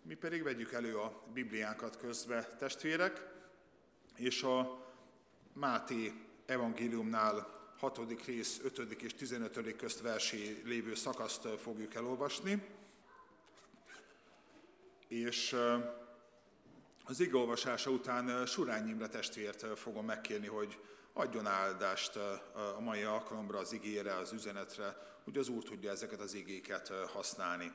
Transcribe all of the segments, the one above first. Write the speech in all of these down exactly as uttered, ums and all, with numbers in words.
Mi pedig vegyük elő a Bibliánkat közbe, testvérek, és a Máté evangéliumnál hatodik rész, ötödik és tizenötödik közt versé lévő szakaszt fogjuk elolvasni. És az igeolvasása után Surányi Imre testvért fogom megkérni, hogy adjon áldást a mai alkalomra, az igére, az üzenetre, hogy az Úr tudja ezeket az igéket használni.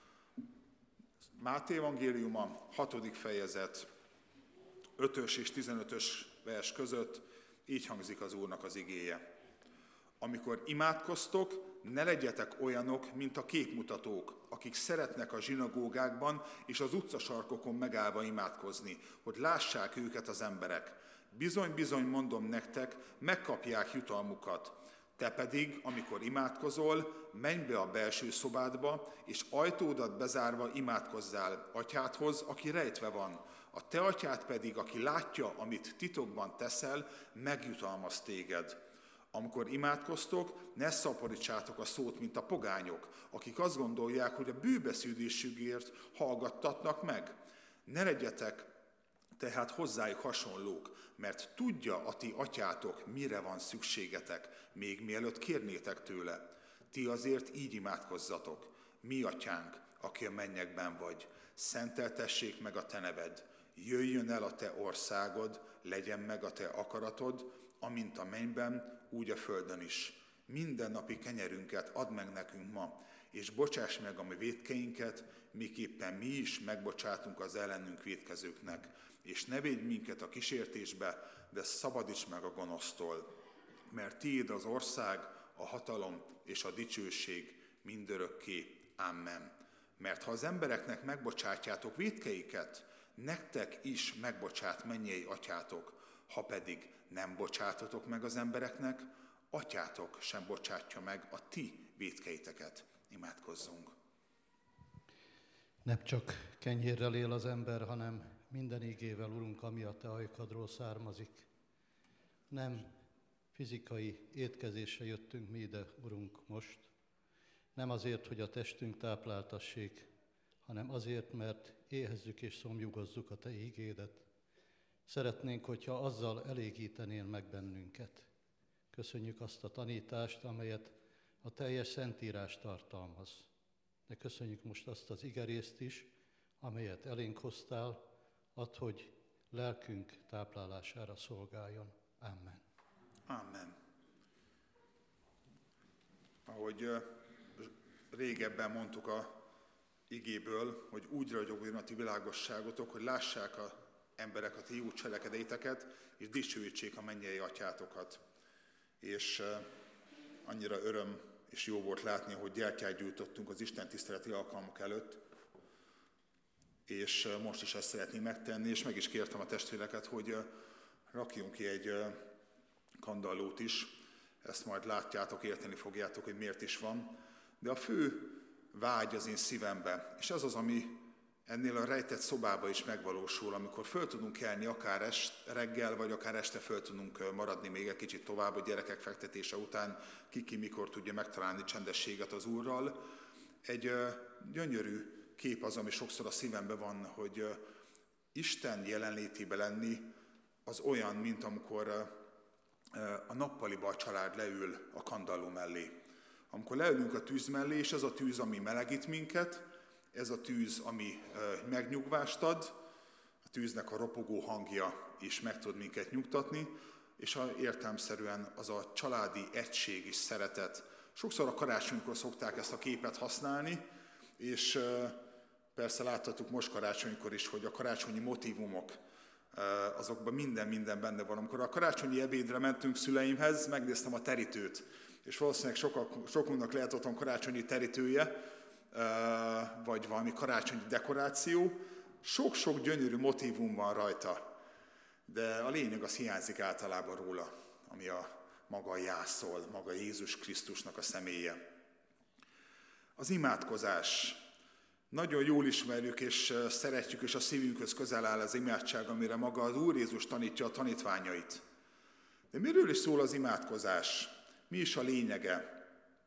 Máté evangéliuma, hatodik fejezet, ötös és tizenötös vers között így hangzik az Úrnak az igéje. Amikor imádkoztok, ne legyetek olyanok, mint a képmutatók, akik szeretnek a zsinagógákban és az utcasarkokon megállva imádkozni, hogy lássák őket az emberek. Bizony-bizony mondom nektek, megkapják jutalmukat. Te pedig, amikor imádkozol, menj be a belső szobádba, és ajtódat bezárva imádkozzál atyádhoz, aki rejtve van. A te atyád pedig, aki látja, amit titokban teszel, megjutalmaz téged. Amikor imádkoztok, ne szaporítsátok a szót, mint a pogányok, akik azt gondolják, hogy a bűbeszédésükért hallgattatnak meg. Ne legyetek tehát hozzájuk hasonlók, mert tudja a ti atyátok, mire van szükségetek, még mielőtt kérnétek tőle. Ti azért így imádkozzatok. Mi atyánk, aki a mennyekben vagy, szenteltessék meg a te neved, jöjjön el a te országod, legyen meg a te akaratod, amint a mennyben, úgy a földön is. Mindennapi kenyerünket add meg nekünk ma, és bocsáss meg a mi vétkeinket, miképpen mi is megbocsátunk az ellenünk vétkezőknek. És ne védj minket a kísértésbe, de szabadíts meg a gonosztól. Mert tiéd az ország, a hatalom és a dicsőség mindörökké. Amen. Mert ha az embereknek megbocsátjátok vétkeiket, nektek is megbocsát mennyei atyátok. Ha pedig nem bocsátotok meg az embereknek, atyátok sem bocsátja meg a ti vétkeiteket. Imádkozzunk. Nem csak kenyérrel él az ember, hanem minden ígével, Urunk, ami a te ajkadról származik. Nem fizikai étkezésre jöttünk mi ide, Urunk, most. Nem azért, hogy a testünk tápláltassék, hanem azért, mert éhezzük és szomjugozzuk a te ígédet. Szeretnénk, hogyha azzal elégítenél meg bennünket. Köszönjük azt a tanítást, amelyet a teljes Szentírás tartalmaz. De köszönjük most azt az igerészt is, amelyet elénk hoztál, add, hogy lelkünk táplálására szolgáljon. Amen. Amen. Ahogy régebben mondtuk a igéből, hogy úgy ragyogjon a ti világosságotok, hogy lássák az emberek a ti jó cselekedeiteket, és dicsőítsék a mennyei atyátokat. És annyira öröm és jó volt látni, hogy gyertyát gyújtottunk az Isten tiszteleti alkalmak előtt, és most is ezt szeretném megtenni, és meg is kértem a testvéreket, hogy rakjunk ki egy kandallót is, ezt majd látjátok, érteni fogjátok, hogy miért is van, de a fő vágy az én szívembe, és az az, ami ennél a rejtett szobába is megvalósul, amikor föl tudunk kelni akár est, reggel, vagy akár este föl tudunk maradni még egy kicsit tovább a gyerekek fektetése után, ki-ki mikor tudja megtalálni csendességet az Úrral. Egy gyönyörű kép az, ami sokszor a szívemben van, hogy Isten jelenlétébe lenni az olyan, mint amikor a nappaliba a család leül a kandalló mellé. Amikor leülünk a tűz mellé, és ez a tűz, ami melegít minket, ez a tűz, ami megnyugvást ad, a tűznek a ropogó hangja is meg tud minket nyugtatni, és értelemszerűen az a családi egység és szeretet. Sokszor a karácsonykor szokták ezt a képet használni, és persze láthatjuk most karácsonykor is, hogy a karácsonyi motívumok, azokban minden-minden benne van. Amikor a karácsonyi ebédre mentünk szüleimhez, megnéztem a terítőt, és valószínűleg sokak, sokunknak lehet otthon karácsonyi terítője, vagy valami karácsonyi dekoráció. Sok-sok gyönyörű motívum van rajta, de a lényeg az hiányzik általában róla, ami a maga jászol, maga Jézus Krisztusnak a személye. Az imádkozás. Nagyon jól ismerjük és szeretjük, és a szívünkhöz közel áll az imádság, amire maga az Úr Jézus tanítja a tanítványait. De miről is szól az imádkozás? Mi is a lényege?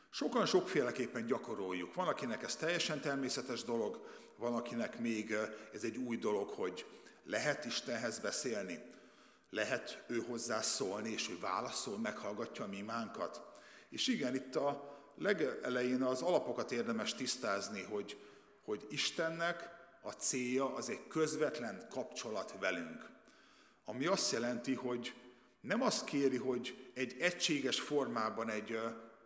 Sokan sokféleképpen gyakoroljuk. Van, akinek ez teljesen természetes dolog, van, akinek még ez egy új dolog, hogy lehet Istenhez beszélni, lehet ő hozzá szólni, és ő válaszol, meghallgatja a mi imánkat. És igen, itt a legelején az alapokat érdemes tisztázni, hogy, hogy Istennek a célja az egy közvetlen kapcsolat velünk. Ami azt jelenti, hogy nem azt kéri, hogy egy egységes formában, egy,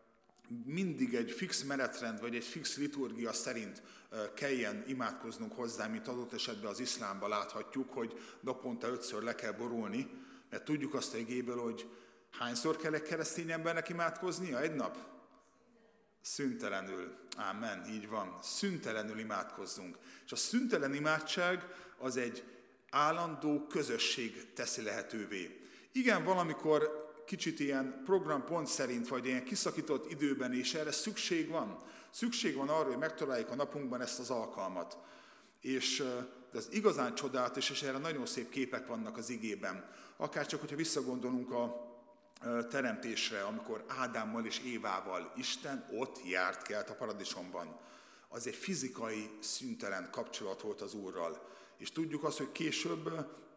mindig egy fix menetrend, vagy egy fix liturgia szerint kelljen imádkoznunk hozzá, mint adott esetben az iszlámban láthatjuk, hogy naponta ötször le kell borulni, mert tudjuk azt a igéből, hogy hányszor kell egy keresztény embernek imádkoznia egy nap? Szüntelenül. Ámen, így van. Szüntelenül imádkozzunk. És a szüntelen imádság az egy állandó közösség teszi lehetővé. Igen, valamikor kicsit ilyen programpont szerint, vagy ilyen kiszakított időben is erre szükség van. Szükség van arra, hogy megtaláljuk a napunkban ezt az alkalmat. És de az igazán csodálatos, és erre nagyon szép képek vannak az igében. Akárcsak, hogyha visszagondolunk a teremtésre, amikor Ádámmal és Évával Isten ott járt kelt a paradicsomban. Az egy fizikai, szüntelen kapcsolat volt az Úrral. És tudjuk azt, hogy később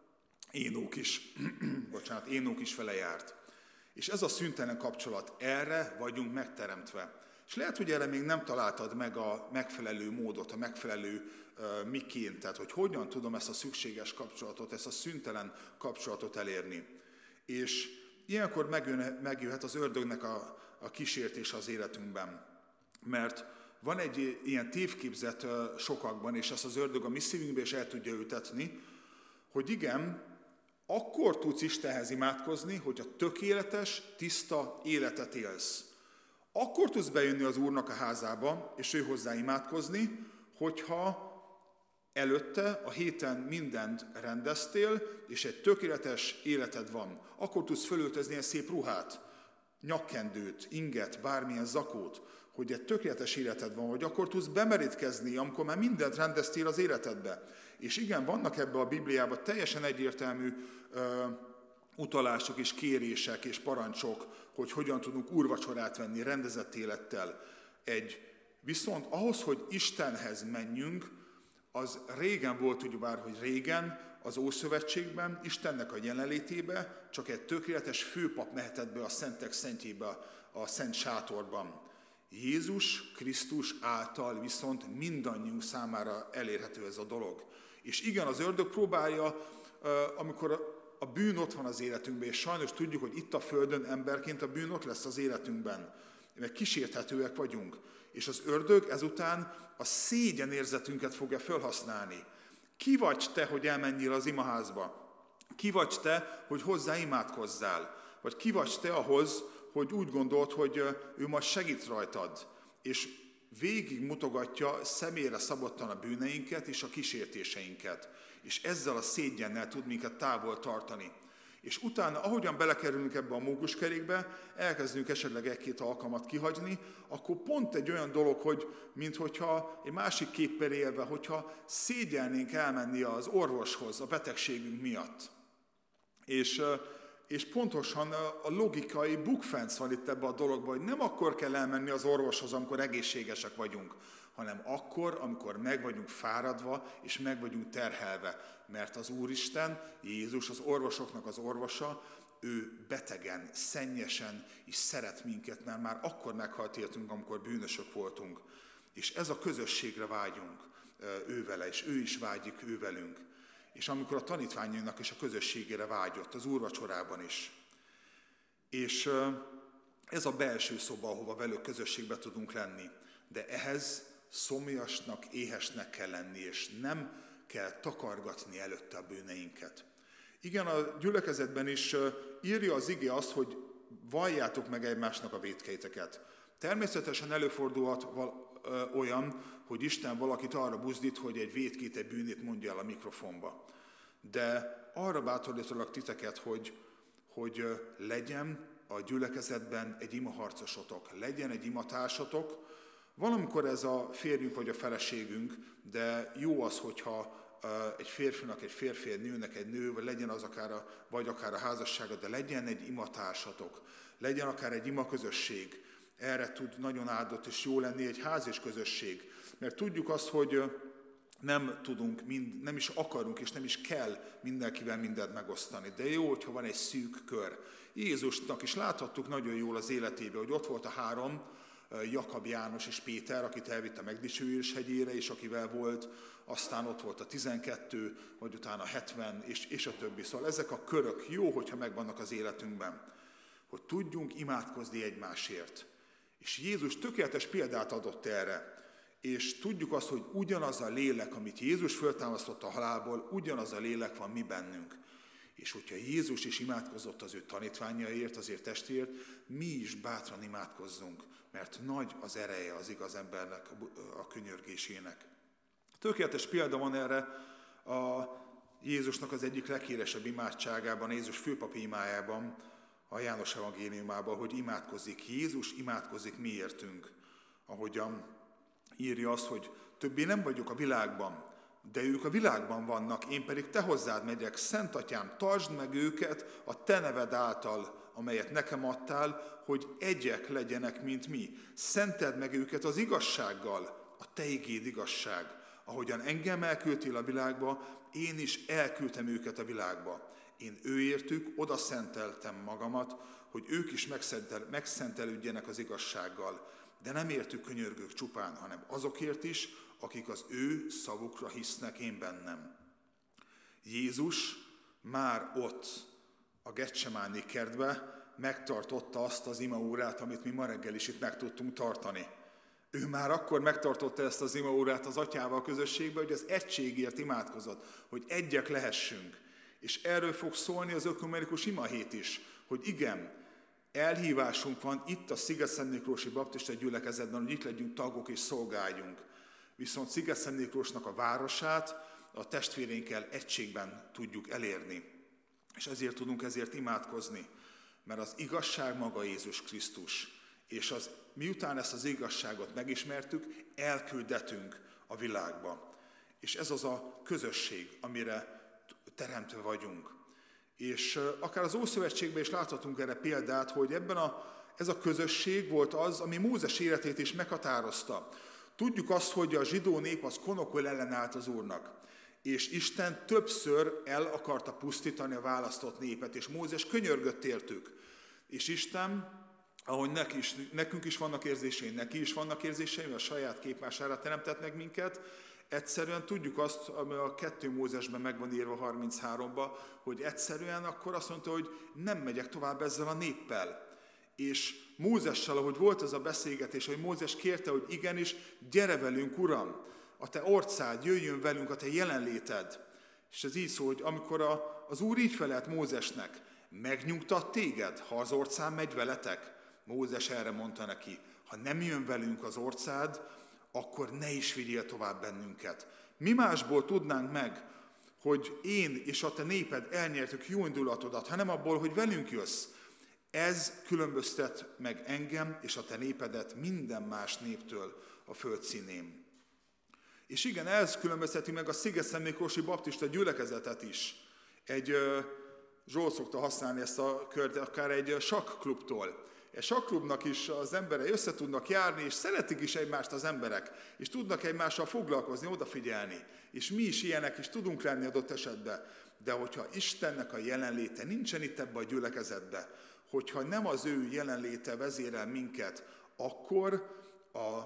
Énók is, bocsánat, Énók is vele járt. És ez a szüntelen kapcsolat, erre vagyunk megteremtve. És lehet, hogy erre még nem találtad meg a megfelelő módot, a megfelelő uh, miként, tehát hogy hogyan tudom ezt a szükséges kapcsolatot, ezt a szüntelen kapcsolatot elérni. És ilyenkor megjön, megjöhet az ördögnek a, a kísértés az életünkben. Mert van egy ilyen tévképzet uh, sokakban, és ezt az ördög a mi szívünkbe is el tudja ültetni, hogy igen, akkor tudsz Istenhez imádkozni, hogy a tökéletes, tiszta életet élsz. Akkor tudsz bejönni az Úrnak a házába, és ő hozzá imádkozni, hogyha előtte a héten mindent rendeztél, és egy tökéletes életed van. Akkor tudsz fölöltözni egy szép ruhát, nyakkendőt, inget, bármilyen zakót, hogy egy tökéletes életed van, hogy akkor tudsz bemerítkezni, amikor már mindent rendeztél az életedbe. És igen, vannak ebbe a Bibliában teljesen egyértelmű ö, utalások és kérések és parancsok, hogy hogyan tudunk úrvacsorát venni rendezett élettel. Egy, viszont ahhoz, hogy Istenhez menjünk, az régen volt, ugyebár, hogy régen az Ószövetségben, Istennek a jelenlétébe csak egy tökéletes főpap mehetett be a szentek szentjébe, a szent sátorban. Jézus Krisztus által viszont mindannyiunk számára elérhető ez a dolog. És igen, az ördög próbálja, amikor a bűn ott van az életünkben, és sajnos tudjuk, hogy itt a Földön emberként a bűn ott lesz az életünkben, mert kísérthetőek vagyunk. És az ördög ezután a szégyenérzetünket fogja felhasználni. Ki vagy te, hogy elmenjél az imaházba? Ki vagy te, hogy hozzá imádkozzál? Vagy ki vagy te ahhoz, hogy úgy gondolt, hogy ő majd segít rajtad, és végig mutogatja személyre szabottan a bűneinket és a kísértéseinket. És ezzel a szégyennel tud minket távol tartani. És utána, ahogyan belekerülünk ebbe a mókuskerékbe, elkezdünk esetleg egy-két alkalmat kihagyni, akkor pont egy olyan dolog, hogy minthogyha egy másik képpel élve, hogyha szégyelnénk elmenni az orvoshoz a betegségünk miatt. És, és pontosan a logikai bukfenc van itt ebbe a dologban, hogy nem akkor kell elmenni az orvoshoz, amikor egészségesek vagyunk, hanem akkor, amikor meg vagyunk fáradva, és meg vagyunk terhelve. Mert az Úristen, Jézus, az orvosoknak az orvosa, ő betegen, szennyesen is szeret minket, mert már akkor meghalt életünk, amikor bűnösök voltunk. És ez a közösségre vágyunk ő vele, és ő is vágyik ő velünk. És amikor a tanítványainak és a közösségére vágyott, az úrvacsorában is. És ez a belső szoba, ahova velük közösségbe tudunk lenni. De ehhez szomjasnak, éhesnek kell lenni, és nem kell takargatni előtte a bűneinket. Igen, a gyülekezetben is írja az ige azt, hogy valljátok meg egymásnak a vétkeiteket. Természetesen előfordulhat olyan, hogy Isten valakit arra buzdít, hogy egy vétkét, egy bűnét mondja el a mikrofonba. De arra bátorítalak titeket, hogy, hogy legyen a gyülekezetben egy imaharcosotok, legyen egy imatársatok. Valamikor ez a férjünk vagy a feleségünk, de jó az, hogyha egy férfinak, egy férfi, egy nőnek, egy nő, vagy legyen az akár a, vagy akár a házassága, de legyen egy imatársatok, legyen akár egy imaközösség, erre tud nagyon áldott és jó lenni egy ház és közösség. Mert tudjuk azt, hogy nem tudunk, mind, nem is akarunk, és nem is kell mindenkivel mindent megosztani. De jó, hogyha van egy szűk kör. Jézusnak is láthattuk nagyon jól az életében, hogy ott volt a három, Jakab, János és Péter, akit elvitt a megdicsőülés hegyére, és akivel volt, aztán ott volt a tizenkettő, vagy utána hetven, és, és a többi. Szóval ezek a körök jó, hogyha megvannak az életünkben, hogy tudjunk imádkozni egymásért. És Jézus tökéletes példát adott erre. És tudjuk azt, hogy ugyanaz a lélek, amit Jézus föltámasztott a halálból, ugyanaz a lélek van mi bennünk. És hogyha Jézus is imádkozott az ő tanítványaiért, az ő testvért, mi is bátran imádkozzunk, mert nagy az ereje az igaz embernek, a könyörgésének. Tökéletes példa van erre a Jézusnak az egyik leghíresebb imádságában, Jézus főpapi imájában, a János evangéliumában, hogy imádkozik. Jézus imádkozik miértünk, ahogyan írja azt, hogy többé nem vagyok a világban, de ők a világban vannak, én pedig te hozzád megyek, Szent Atyám, tartsd meg őket a te neved által, amelyet nekem adtál, hogy egyek legyenek, mint mi. Szenteld meg őket az igazsággal, a te igéd igazság. Ahogyan engem elküldtél a világba, én is elküldtem őket a világba. Én őértük oda szenteltem magamat, hogy ők is megszentel, megszentelődjenek az igazsággal. De nem értük könyörgők csupán, hanem azokért is, akik az ő szavukra hisznek én bennem. Jézus már ott, a Getsemáni kertbe megtartotta azt az imaórát, amit mi ma reggel is itt meg tudtunk tartani. Ő már akkor megtartotta ezt az imaórát az Atyával közösségben, hogy az egységért imádkozott, hogy egyek lehessünk. És erről fog szólni az ökumenikus imahét is, hogy igen, elhívásunk van itt a Sziget-Szent Miklósi Baptista gyülekezetben, hogy itt legyünk tagok és szolgáljunk. Viszont Sziget-Szent Miklósnak a városát a testvéreinkkel egységben tudjuk elérni. És ezért tudunk ezért imádkozni, mert az igazság maga Jézus Krisztus. És az, miután ezt az igazságot megismertük, elküldetünk a világba. És ez az a közösség, amire teremtve vagyunk. És akár az Ószövetségben is láthatunk erre példát, hogy ebben a, ez a közösség volt az, ami Mózes életét is meghatározta. Tudjuk azt, hogy a zsidó nép az konokul ellenállt az Úrnak, és Isten többször el akarta pusztítani a választott népet, és Mózes könyörgött értük. És Isten, ahogy neki is, nekünk is vannak érzései, neki is vannak érzései, a saját képmására teremtett meg minket, egyszerűen tudjuk azt, ami a kettő Mózesben meg van írva harmincháromban, hogy egyszerűen akkor azt mondta, hogy nem megyek tovább ezzel a néppel. És Mózessal, ahogy volt ez a beszélgetés, hogy Mózes kérte, hogy igenis, gyere velünk, Uram, a te orcád, jöjjön velünk a te jelenléted. És ez így szól, hogy amikor a, az Úr így felelt Mózesnek, megnyugtat téged, ha az orcám megy veletek? Mózes erre mondta neki, ha nem jön velünk az orcád, akkor ne is vigyél tovább bennünket. Mi másból tudnánk meg, hogy én és a te néped elnyertük jó indulatodat, hanem abból, hogy velünk jössz. Ez különböztet meg engem és a te népedet minden más néptől a föld színén. És igen, ez különbözteti meg a Sziget-Szent Miklósi Baptista gyülekezetet is. Egy Zsolt szokta használni ezt a kört, akár egy sakklubtól. Egy sakklubnak is az emberei össze tudnak járni, és szeretik is egymást az emberek, és tudnak egymással foglalkozni, odafigyelni. És mi is ilyenek is tudunk lenni adott esetben. De hogyha Istennek a jelenléte nincsen itt ebbe a gyülekezetbe, hogyha nem az ő jelenléte vezérel minket, akkor a,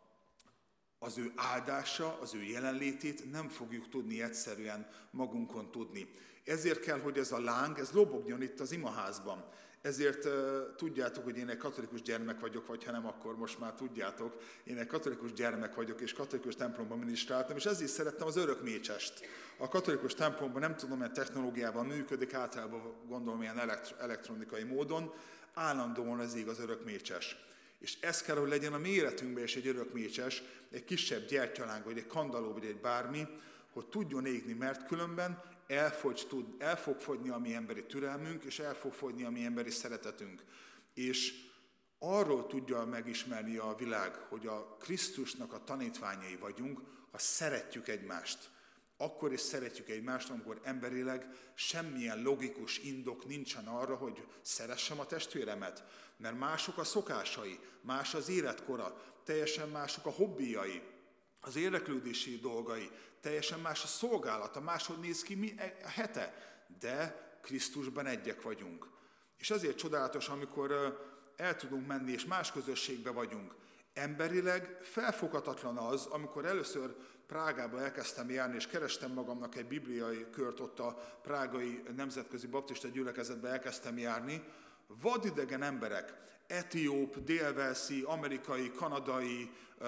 az ő áldása, az ő jelenlétét nem fogjuk tudni egyszerűen magunkon tudni. Ezért kell, hogy ez a láng, ez lobogjon itt az imaházban. Ezért uh, tudjátok, hogy én egy katolikus gyermek vagyok, vagy ha nem, akkor most már tudjátok. Én egy katolikus gyermek vagyok, és katolikus templomban minisztráltam, és ezért szerettem az örökmécsest. A katolikus templomban nem tudom, milyen technológiával működik, általában gondolom ilyen elektro- elektronikai módon, állandóan ez ég az örökmécses. És ez kell, hogy legyen a mi életünkben is egy örökmécses, egy kisebb gyertyaláng, vagy egy kandalló, vagy egy bármi, hogy tudjon égni, mert különben El, fogy, tud, el fog fogyni a mi emberi türelmünk, és el fog fogyni a mi emberi szeretetünk. És arról tudja megismerni a világ, hogy a Krisztusnak a tanítványai vagyunk, ha szeretjük egymást. Akkor is szeretjük egymást, amikor emberileg semmilyen logikus indok nincsen arra, hogy szeressem a testvéremet. Mert mások a szokásai, más az életkora, teljesen mások a hobbijai, az érdeklődési dolgai, teljesen más a szolgálata, máshogy néz ki mi a hete. De Krisztusban egyek vagyunk. És azért csodálatos, amikor el tudunk menni, és más közösségbe vagyunk. Emberileg felfoghatatlan az, amikor először Prágába elkezdtem járni, és kerestem magamnak egy bibliai kört, ott a prágai nemzetközi baptista gyülekezetbe elkezdtem járni, vadidegen emberek, etióp, délvelszi, amerikai, kanadai,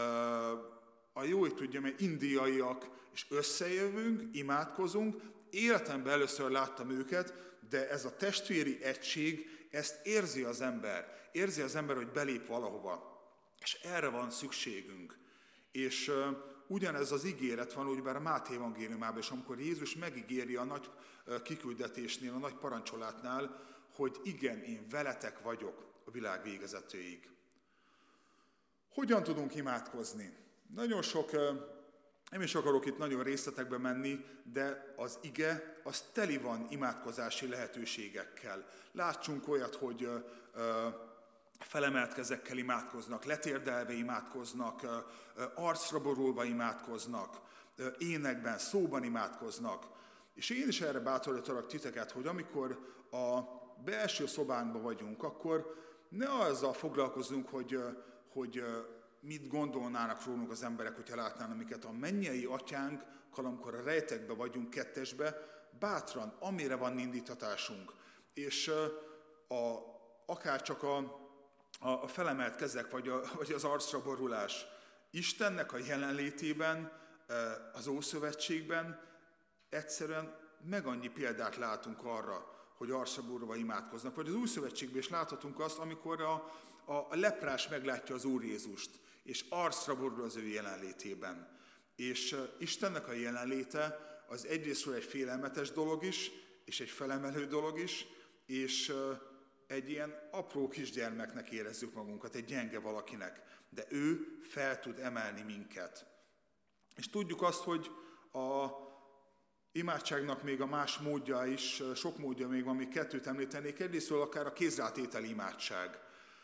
a jó tudja, mert indiaiak, és összejövünk, imádkozunk. Életemben először láttam őket, de ez a testvéri egység, ezt érzi az ember. Érzi az ember, hogy belép valahova. És erre van szükségünk. És uh, ugyanez az ígéret van, úgy bár a Máté evangéliumában is, amikor Jézus megígéri a nagy uh, kiküldetésnél, a nagy parancsolátnál, hogy igen, én veletek vagyok a világ végezetéig. Hogyan tudunk imádkozni? Nagyon sok, uh, nem is akarok itt nagyon részletekbe menni, de az ige, az teli van imádkozási lehetőségekkel. Látsunk olyat, hogy uh, uh, felemelt kezekkel imádkoznak, letérdelve imádkoznak, arcra borulva imádkoznak, énekben, szóban imádkoznak. És én is erre bátorítalak titeket, hogy amikor a belső szobánkban vagyunk, akkor ne azzal foglalkozunk, hogy, hogy mit gondolnának rólunk az emberek, hogyha látnának minket. A mennyei atyánkkal, amikor a rejtekbe vagyunk kettesbe, bátran, amire van indítatásunk. És a, akár csak a a felemelt kezek, vagy, a, vagy az arcra borulás. Istennek a jelenlétében, az Ószövetségben egyszerűen meg annyi példát látunk arra, hogy arcra borulva imádkoznak. Vagy az Új Szövetségben is láthatunk azt, amikor a, a leprás meglátja az Úr Jézust, és arcra borul az ő jelenlétében. És Istennek a jelenléte az egyrészről egy félelmetes dolog is, és egy felemelő dolog is, és egy ilyen apró kisgyermeknek érezzük magunkat, egy gyenge valakinek, de ő fel tud emelni minket. És tudjuk azt, hogy a imádságnak még a más módja is, sok módja még van, még kettőt említenék, egyrésztről akár a kézrátételi imádság.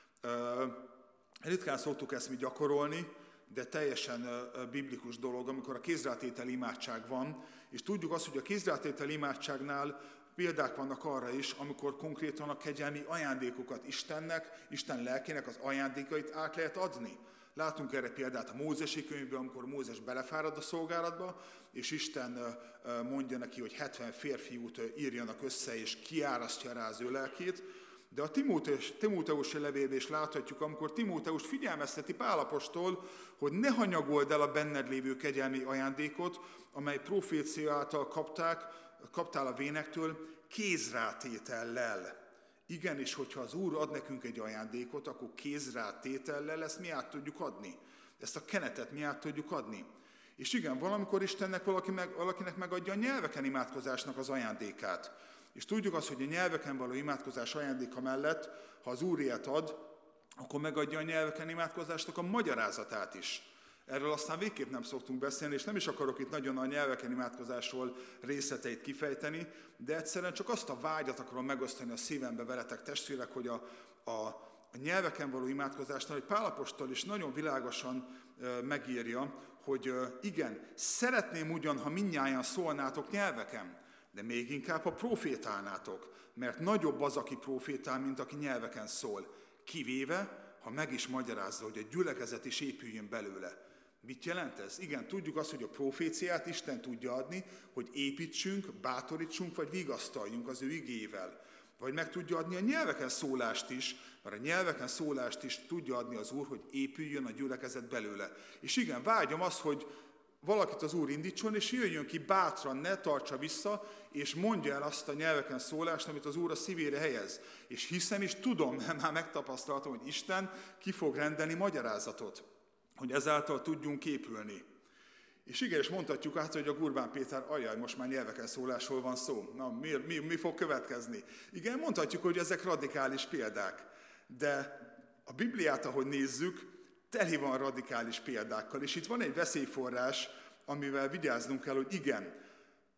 Ritkán szoktuk ezt mi gyakorolni, de teljesen biblikus dolog, amikor a kézrátételi imádság van, és tudjuk azt, hogy a kézrátételi imádságnál példák vannak arra is, amikor konkrétan a kegyelmi ajándékokat Istennek, Isten lelkének az ajándékait át lehet adni. Látunk erre példát a Mózesi könyvben, amikor Mózes belefárad a szolgálatba, és Isten mondja neki, hogy hetven férfiút írjanak össze, és kiárasztja rá az ő lelkét. De a Timóteus, Timóteusi levélben is láthatjuk, amikor Timóteust figyelmezteti Pál apostol, hogy ne hanyagold el a benned lévő kegyelmi ajándékot, amely profécia által kapták, kaptál a vénektől, kézrátétellel. Igenis, hogyha az Úr ad nekünk egy ajándékot, akkor kézrátétellel ezt mi át tudjuk adni. Ezt a kenetet mi át tudjuk adni. És igen, valamikor Istennek valaki meg, valakinek megadja a nyelveken imádkozásnak az ajándékát. És tudjuk azt, hogy a nyelveken való imádkozás ajándéka mellett, ha az Úr ilyet ad, akkor megadja a nyelveken imádkozásnak a magyarázatát is. Erről aztán végképp nem szoktunk beszélni, és nem is akarok itt nagyon a nyelveken imádkozásról részleteit kifejteni, de egyszerűen csak azt a vágyat akarom megosztani a szívembe veletek, testvérek, hogy a, a, a nyelveken való imádkozásnál, hogy Pál apostol is nagyon világosan e, megírja, hogy e, igen, szeretném ugyan, ha mindnyájan szólnátok nyelveken, de még inkább, ha profétálnátok, mert nagyobb az, aki profétál, mint aki nyelveken szól, kivéve, ha meg is magyarázza, hogy a gyülekezet is épüljön belőle. Mit jelent ez? Igen, tudjuk azt, hogy a proféciát Isten tudja adni, hogy építsünk, bátorítsunk, vagy vigasztaljunk az ő igével. Vagy meg tudja adni a nyelveken szólást is, mert a nyelveken szólást is tudja adni az Úr, hogy épüljön a gyülekezet belőle. És igen, vágyom azt, hogy valakit az Úr indítson, és jöjjön ki bátran, ne tartsa vissza, és mondja el azt a nyelveken szólást, amit az Úr a szívére helyez. És hiszem, és tudom, mert már megtapasztaltam, hogy Isten ki fog rendelni magyarázatot, hogy ezáltal tudjunk épülni. És igen, és mondhatjuk át, hogy a Gurbán Péter, ajaj, most már nyelveken szólásról van szó. Na, mi, mi, mi fog következni? Igen, mondhatjuk, hogy ezek radikális példák. De a Bibliát, ahogy nézzük, teli van radikális példákkal. És itt van egy veszélyforrás, amivel vigyáznunk kell, hogy igen,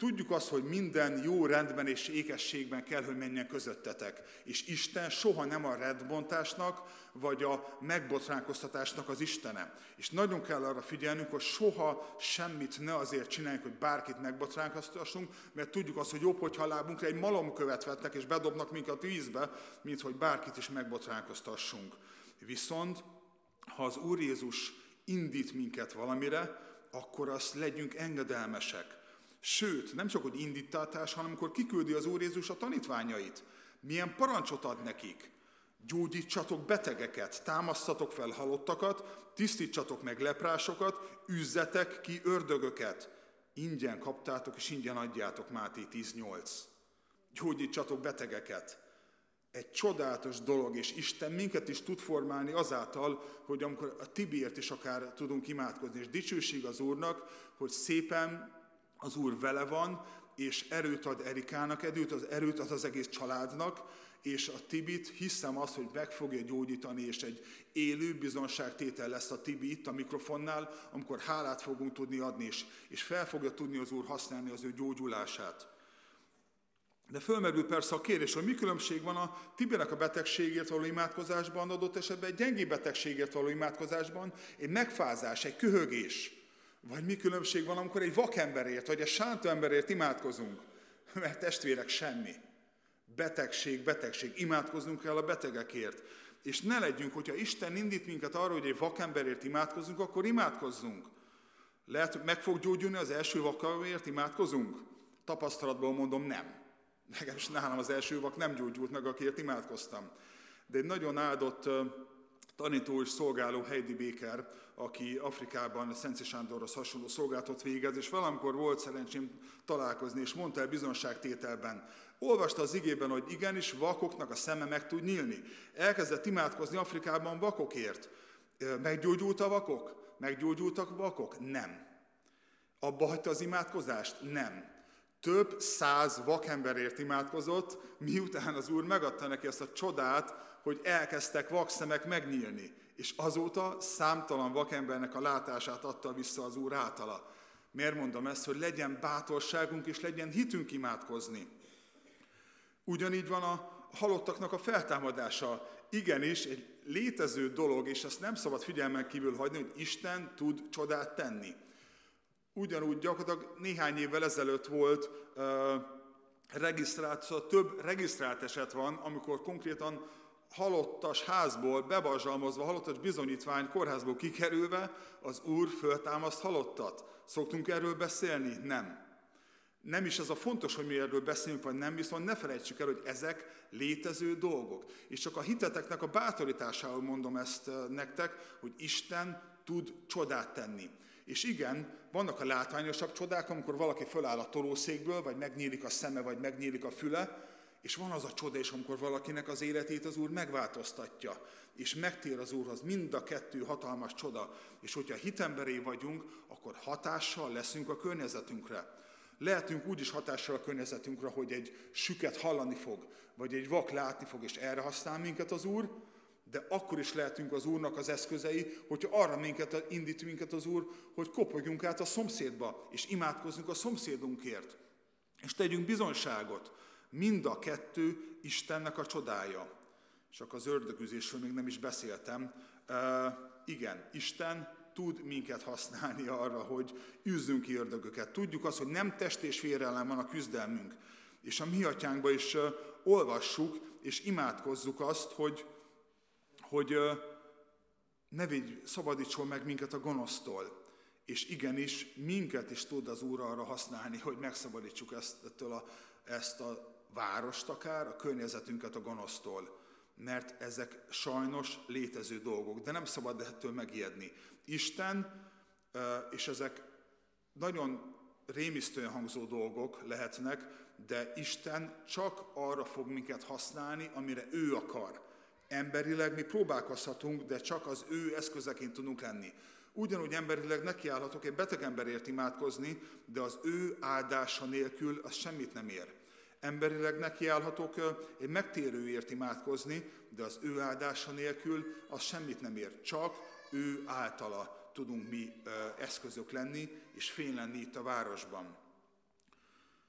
Tudjuk azt, hogy minden jó rendben és ékességben kell, hogy menjen közöttetek. És Isten soha nem a rendbontásnak, vagy a megbotránkoztatásnak az Istene. És nagyon kell arra figyelnünk, hogy soha semmit ne azért csináljunk, hogy bárkit megbotránkoztassunk, mert tudjuk azt, hogy jobb, hogyha a lábunkra egy malomkövet vetnek és bedobnak minket a vízbe, mint hogy bárkit is megbotránkoztassunk. Viszont, ha az Úr Jézus indít minket valamire, akkor azt legyünk engedelmesek. Sőt, nem csak, hogy indítatás, hanem amikor kiküldi az Úr Jézus a tanítványait. Milyen parancsot ad nekik? Gyógyítsatok betegeket, támasztatok fel halottakat, tisztítsatok meg leprásokat, üzzetek ki ördögöket. Ingyen kaptátok, és ingyen adjátok, Máté tíz nyolc. Gyógyítsatok betegeket. Egy csodálatos dolog, és Isten minket is tud formálni azáltal, hogy amikor a Tibiért is akár tudunk imádkozni, és dicsőség az Úrnak, hogy szépen az Úr vele van, és erőt ad Erikának, erőt az erőt ad az egész családnak, és a Tibit hiszem azt, hogy meg fogja gyógyítani, és egy élő bizonságtétel lesz a Tibi itt a mikrofonnál, amikor hálát fogunk tudni adni, és, és fel fogja tudni az Úr használni az ő gyógyulását. De fölmerül persze a kérdés, hogy mi különbség van a Tibinek a betegségért való imádkozásban, adott esetben egy gyengébb betegségért való imádkozásban, egy megfázás, egy köhögés. Vagy mi különbség van, amikor egy vakemberért, vagy egy sántó emberért imádkozunk? Mert testvérek, semmi. Betegség, betegség. Imádkoznunk kell a betegekért. És ne legyünk, hogyha Isten indít minket arra, hogy egy vakemberért imádkozunk, akkor imádkozzunk. Lehet, hogy meg fog gyógyulni az első vakemberért imádkozunk? Tapasztalatból mondom, nem. Legalábbis nálam az első vak nem gyógyult meg, akiért imádkoztam. De egy nagyon áldott tanító és szolgáló Heidi Baker, aki Afrikában Szenci Sándorhoz hasonló szolgálatot végez, és valamikor volt szerencsém találkozni, és mondta el bizonságtételben. Olvasta az igében, hogy igenis vakoknak a szeme meg tud nyílni. Elkezdett imádkozni Afrikában vakokért. Meggyógyult a vakok? Meggyógyultak a vakok? Nem. Abba hagyta az imádkozást? Nem. Több száz vakemberért imádkozott, miután az Úr megadta neki ezt a csodát, hogy elkezdtek vakszemek megnyílni. És azóta számtalan vakembernek a látását adta vissza az Úr általa. Miért mondom ezt? Hogy legyen bátorságunk és legyen hitünk imádkozni. Ugyanígy van a halottaknak a feltámadása. Igenis, egy létező dolog, és ezt nem szabad figyelmen kívül hagyni, hogy Isten tud csodát tenni. Ugyanúgy gyakorlatilag néhány évvel ezelőtt volt uh, regisztrált, szóval több regisztrált eset van, amikor konkrétan halottas házból, bebazsalmazva, halottas bizonyítvány kórházból kikerülve az Úr föltámaszt halottat. Szoktunk erről beszélni? Nem. Nem is ez a fontos, hogy mi erről beszélünk, vagy nem, viszont ne felejtsük el, hogy ezek létező dolgok. És csak a hiteteknek a bátorításáról mondom ezt nektek, hogy Isten tud csodát tenni. És igen, vannak a látványosabb csodák, amikor valaki föláll a tolószékből, vagy megnyílik a szeme, vagy megnyílik a füle, és van az a csoda is, amikor valakinek az életét az Úr megváltoztatja, és megtér az Úrhoz. Mind a kettő hatalmas csoda. És hogyha hitemberé vagyunk, akkor hatással leszünk a környezetünkre. Lehetünk úgy is hatással a környezetünkre, hogy egy süket hallani fog, vagy egy vak látni fog, és erre használ minket az Úr, de akkor is lehetünk az Úrnak az eszközei, hogyha arra minket, indít minket az Úr, hogy kopogjunk át a szomszédba, és imádkozzunk a szomszédunkért, és tegyünk bizonyságot. Mind a kettő Istennek a csodája. Csak az ördögüzésről még nem is beszéltem. Uh, igen, Isten tud minket használni arra, hogy üzzünk ki ördögöket. Tudjuk azt, hogy nem test és vér ellen van a küzdelmünk. És a mi atyánkban is uh, olvassuk, és imádkozzuk azt, hogy, hogy uh, ne vigy, szabadítson meg minket a gonosztól. És igenis, minket is tud az Úr arra használni, hogy megszabadítsuk ezt, ettől a, ezt a várost akár, a környezetünket a gonosztól. Mert ezek sajnos létező dolgok, de nem szabad ettől megijedni. Isten, és ezek nagyon rémisztően hangzó dolgok lehetnek, de Isten csak arra fog minket használni, amire ő akar. Emberileg mi próbálkozhatunk, de csak az ő eszközeként tudunk lenni. Ugyanúgy emberileg nekiállhatok egy beteg emberért imádkozni, de az ő áldása nélkül az semmit nem ér. Emberileg nekiállhatok egy megtérőért imádkozni, de az ő áldása nélkül az semmit nem ér. Csak ő általa tudunk mi eszközök lenni, és fény lenni itt a városban.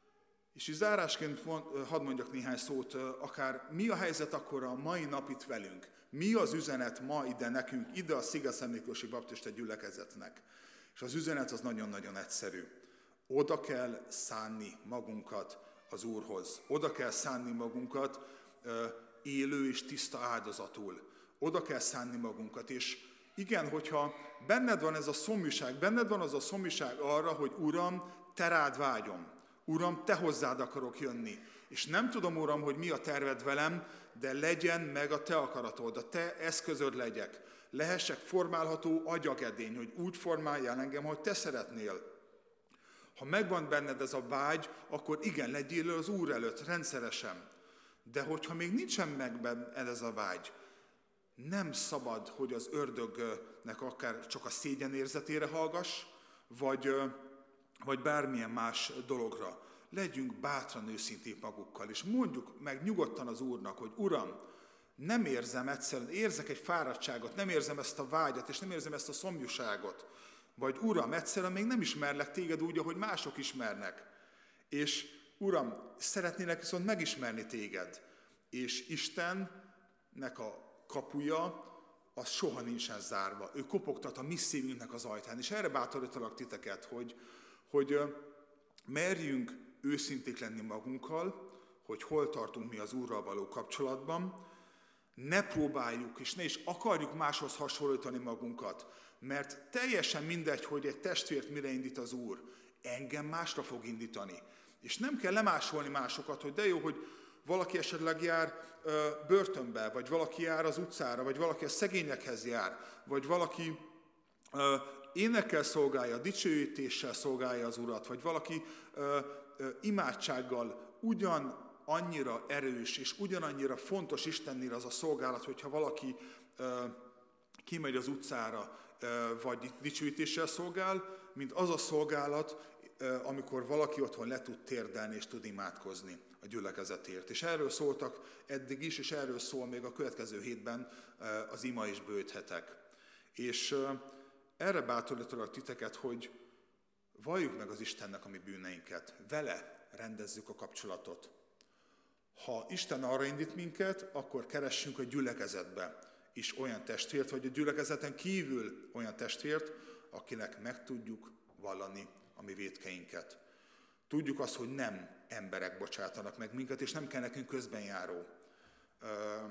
És így zárásként hadd mondjak néhány szót, akár mi a helyzet akkor a mai nap itt velünk. Mi az üzenet ma ide nekünk, ide a Sziget-Szentmiklósi Baptista gyülekezetnek. És az üzenet az nagyon-nagyon egyszerű. Oda kell szánni magunkat az Úrhoz. Oda kell szánni magunkat élő és tiszta áldozatul. Oda kell szánni magunkat. És igen, hogyha benned van ez a szomjúság, benned van az a szomjúság arra, hogy Uram, te rád vágyom. Uram, te hozzád akarok jönni. És nem tudom, Uram, hogy mi a terved velem, de legyen meg a te akaratod, a te eszközöd legyek. Lehessek formálható agyagedény, hogy úgy formáljál engem, hogy te szeretnél. Ha megvan benned ez a vágy, akkor igen, legyél az Úr előtt rendszeresen. De hogyha még nincsen meg benned ez a vágy, nem szabad, hogy az ördögnek akár csak a szégyenérzetére hallgass, vagy, vagy bármilyen más dologra. Legyünk bátran őszinték magukkal, és mondjuk meg nyugodtan az Úrnak, hogy Uram, nem érzem egyszerűen, érzek egy fáradtságot, nem érzem ezt a vágyat, és nem érzem ezt a szomjúságot. Vagy Uram, egyszerűen még nem ismerlek téged úgy, ahogy mások ismernek. És Uram, szeretnélek viszont megismerni téged. És Istennek a kapuja, az soha nincsen zárva. Ő kopogtat a mi szívünknek az ajtán. És erre bátorítalak titeket, hogy, hogy merjünk őszinték lenni magunkkal, hogy hol tartunk mi az Úrral való kapcsolatban, ne próbáljuk, és ne is akarjuk máshoz hasonlítani magunkat, mert teljesen mindegy, hogy egy testvért mire indít az Úr, engem másra fog indítani. És nem kell lemásolni másokat, hogy de jó, hogy valaki esetleg jár ö, börtönbe, vagy valaki jár az utcára, vagy valaki a szegényekhez jár, vagy valaki ö, énekkel szolgálja, dicsőítéssel szolgálja az Urat, vagy valaki ö, ö, imádsággal ugyan annyira erős, és ugyanannyira fontos Istennél az a szolgálat, hogyha valaki ö, kimegy az utcára, ö, vagy dicsőítéssel szolgál, mint az a szolgálat, ö, amikor valaki otthon le tud térdelni, és tud imádkozni a gyülekezetért. És erről szóltak eddig is, és erről szól még a következő hétben ö, az ima és bőjthetek. És ö, erre bátorítalak titeket, hogy valljuk meg az Istennek a mi bűneinket, vele rendezzük a kapcsolatot. Ha Isten arra indít minket, akkor keressünk a gyülekezetbe is olyan testvért, vagy a gyülekezeten kívül olyan testvért, akinek meg tudjuk vallani a mi vétkeinket. Tudjuk azt, hogy nem emberek bocsátanak meg minket, és nem kell nekünk közbenjáró. Ö,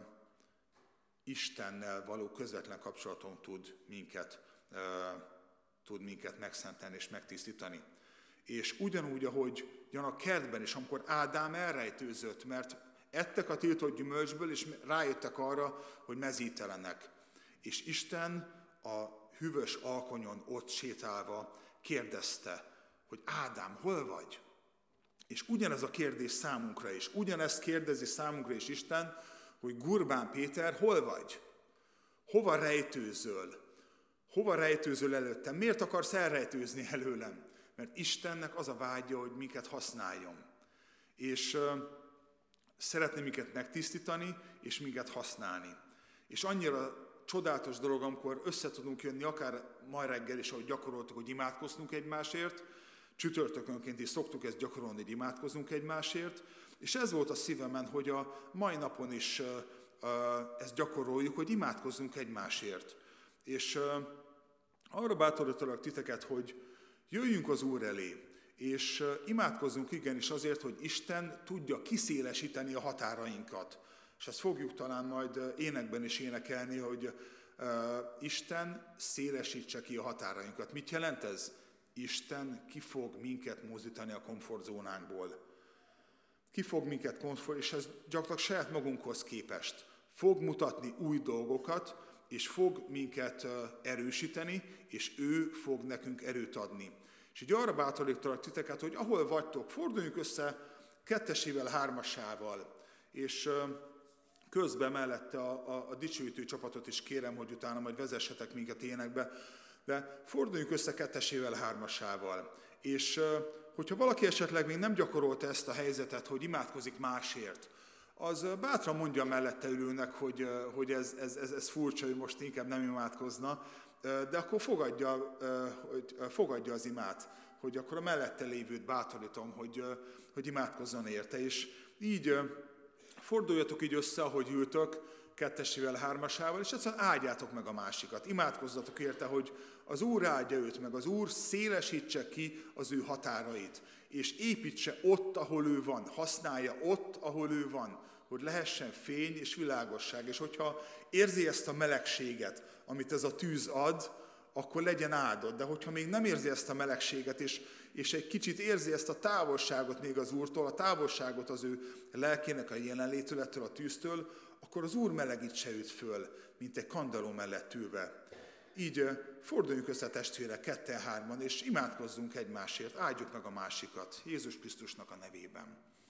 Istennel való közvetlen kapcsolaton tud minket, ö, tud minket megszentelni és megtisztítani. És ugyanúgy, ahogy ugyan a kertben is, amikor Ádám elrejtőzött, mert ettek a tiltott gyümölcsből, és rájöttek arra, hogy mezítelenek. És Isten a hűvös alkonyon ott sétálva kérdezte, hogy Ádám, hol vagy? És ugyanez a kérdés számunkra is, ugyanezt kérdezi számunkra is Isten, hogy Gurbán Péter, hol vagy? Hova rejtőzöl? Hova rejtőzöl előttem? Miért akarsz elrejtőzni előlem? Mert Istennek az a vágya, hogy minket használjon. És uh, szeretné minket megtisztítani, és minket használni. És annyira csodálatos dolog, amikor össze tudunk jönni, akár ma reggel is, ahogy gyakoroltuk, hogy imádkozzunk egymásért, csütörtökönként is szoktuk ezt gyakorolni, hogy imádkozunk egymásért, és ez volt a szívemen, hogy a mai napon is uh, uh, ezt gyakoroljuk, hogy imádkozzunk egymásért. És uh, arra bátorítalak titeket, hogy jöjjünk az Úr elé, és imádkozzunk igenis azért, hogy Isten tudja kiszélesíteni a határainkat. És ezt fogjuk talán majd énekben is énekelni, hogy uh, Isten szélesítse ki a határainkat. Mit jelent ez? Isten ki fog minket mozdítani a komfortzónánkból. Ki fog minket komfort, és ez gyakorlatilag saját magunkhoz képest. Fog mutatni új dolgokat, és fog minket erősíteni, és ő fog nekünk erőt adni. És így arra bátorítalak titeket, hogy ahol vagytok, forduljunk össze kettesével, hármasával, és közben mellette a, a, a dicsőítő csapatot is kérem, hogy utána majd vezessetek minket énekbe, de forduljunk össze kettesével, hármasával. És hogyha valaki esetleg még nem gyakorolta ezt a helyzetet, hogy imádkozik másért, az bátran mondja mellette ülőnek, hogy, hogy ez, ez, ez, ez furcsa, hogy most inkább nem imádkozna, de akkor fogadja, hogy fogadja az imát, hogy akkor a mellette lévőt bátorítom, hogy, hogy imádkozzon érte. És így forduljatok így össze, ahogy ültök, kettesével, hármasával, és egyszerűen áldjátok meg a másikat. Imádkozzatok érte, hogy az Úr áldja őt meg, az Úr szélesítse ki az ő határait, és építse ott, ahol ő van, használja ott, ahol ő van, hogy lehessen fény és világosság. És hogyha érzi ezt a melegséget, amit ez a tűz ad, akkor legyen áldott. De hogyha még nem érzi ezt a melegséget, és, és egy kicsit érzi ezt a távolságot még az Úrtól, a távolságot az ő lelkének a jelenlétől, ettől a tűztől, akkor az Úr melegítse őt föl, mint egy kandalló mellett ülve. Így forduljunk össze testvérek ketten-hárman, és imádkozzunk egymásért, áldjuk meg a másikat, Jézus Krisztusnak a nevében.